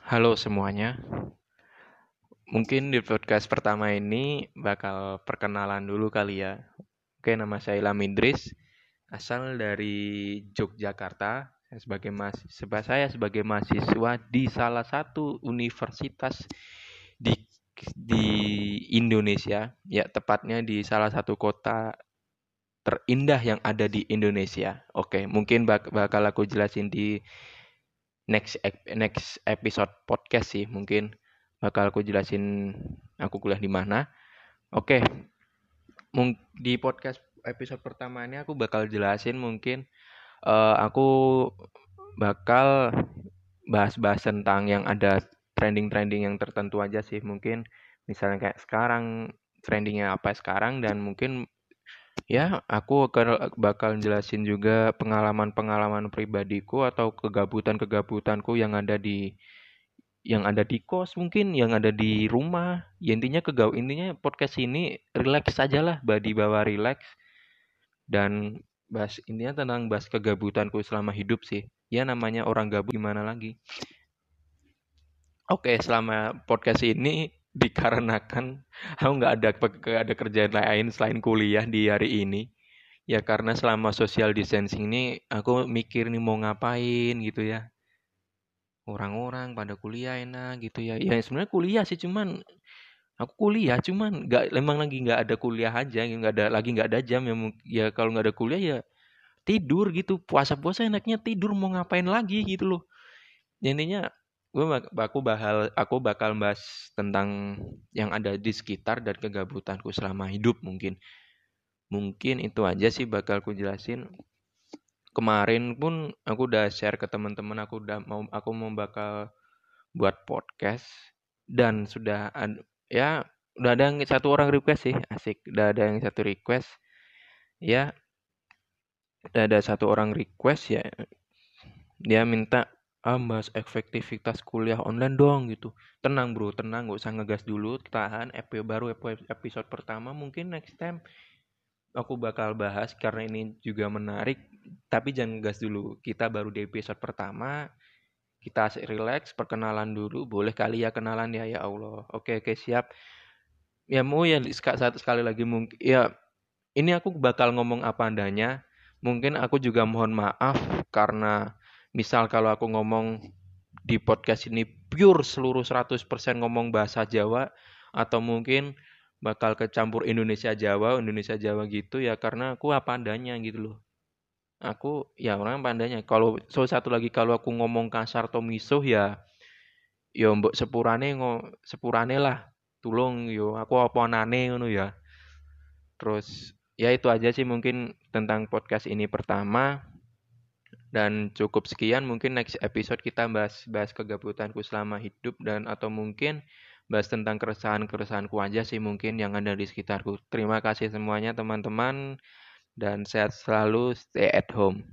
Halo semuanya, mungkin di podcast pertama ini bakal perkenalan dulu kali ya. Oke, nama saya Ilham Idris, asal dari Yogyakarta. Saya sebagai mahasiswa di salah satu universitas di di Indonesia, ya tepatnya di salah satu kota terindah yang ada di Indonesia. Oke, mungkin bakal aku jelasin di next episode podcast sih, mungkin bakal aku jelasin aku kuliah di mana. Oke, di podcast episode pertama ini aku bakal jelasin mungkin aku bakal bahas-bahas tentang yang ada trending-trending yang tertentu aja sih, mungkin misalnya kayak sekarang trendingnya apa sekarang, dan mungkin ya aku bakal jelasin juga pengalaman-pengalaman pribadiku atau kegabutan-kegabutanku yang ada di kos, mungkin yang ada di rumah. Ya intinya podcast ini relax aja lah, dibawa relax, dan intinya tentang bahas kegabutanku selama hidup sih. Ya namanya orang gabut gimana lagi. Oke, selama podcast ini dikarenakan aku nggak ada kerjaan lain selain kuliah di hari ini. Ya karena selama social distancing ini aku mikir nih mau ngapain gitu ya. Orang-orang pada kuliah enak gitu ya. Ya sebenarnya kuliah sih, cuman aku kuliah cuman emang lagi nggak ada kuliah aja, nggak ada jam ya. Ya kalau nggak ada kuliah ya tidur gitu. Puasa-puasa enaknya tidur, mau ngapain lagi gitu loh. Ya, intinya aku bakal bahas tentang yang ada di sekitar dan kegabutanku selama hidup mungkin. Mungkin itu aja sih bakal aku jelasin. Kemarin pun aku udah share ke teman-teman, aku mau bakal buat podcast, dan ya udah ada yang satu orang request sih, asik. Udah ada yang satu request. Ya, udah ada satu orang request ya. Dia minta bahas efektivitas kuliah online dong gitu. Tenang bro, tenang, nggak usah ngegas dulu, tahan. Episode pertama, mungkin next time aku bakal bahas karena ini juga menarik. Tapi jangan ngegas dulu. Kita baru di episode pertama. Kita relax, perkenalan dulu. Boleh kali ya kenalan ya, ya Allah. Oke, oke, siap. Ya mau ya sekali lagi mungkin ya ini aku bakal ngomong apa adanya. Mungkin aku juga mohon maaf karena misal kalau aku ngomong di podcast ini pure seluruh 100% ngomong bahasa Jawa, atau mungkin bakal kecampur Indonesia Jawa gitu ya, karena aku apa adanya gitu loh. Aku ya orang apa adanya. Satu lagi, kalau aku ngomong kasar atau misuh ya mbok sepurane lah. Tulung yo aku apa anane ngono ya. Terus ya itu aja sih mungkin tentang podcast ini pertama, dan cukup sekian. Mungkin next episode kita bahas kegabutanku selama hidup, dan atau mungkin bahas tentang keresahan-keresahanku aja sih mungkin yang ada di sekitarku. Terima kasih semuanya teman-teman, dan sehat selalu, stay at home.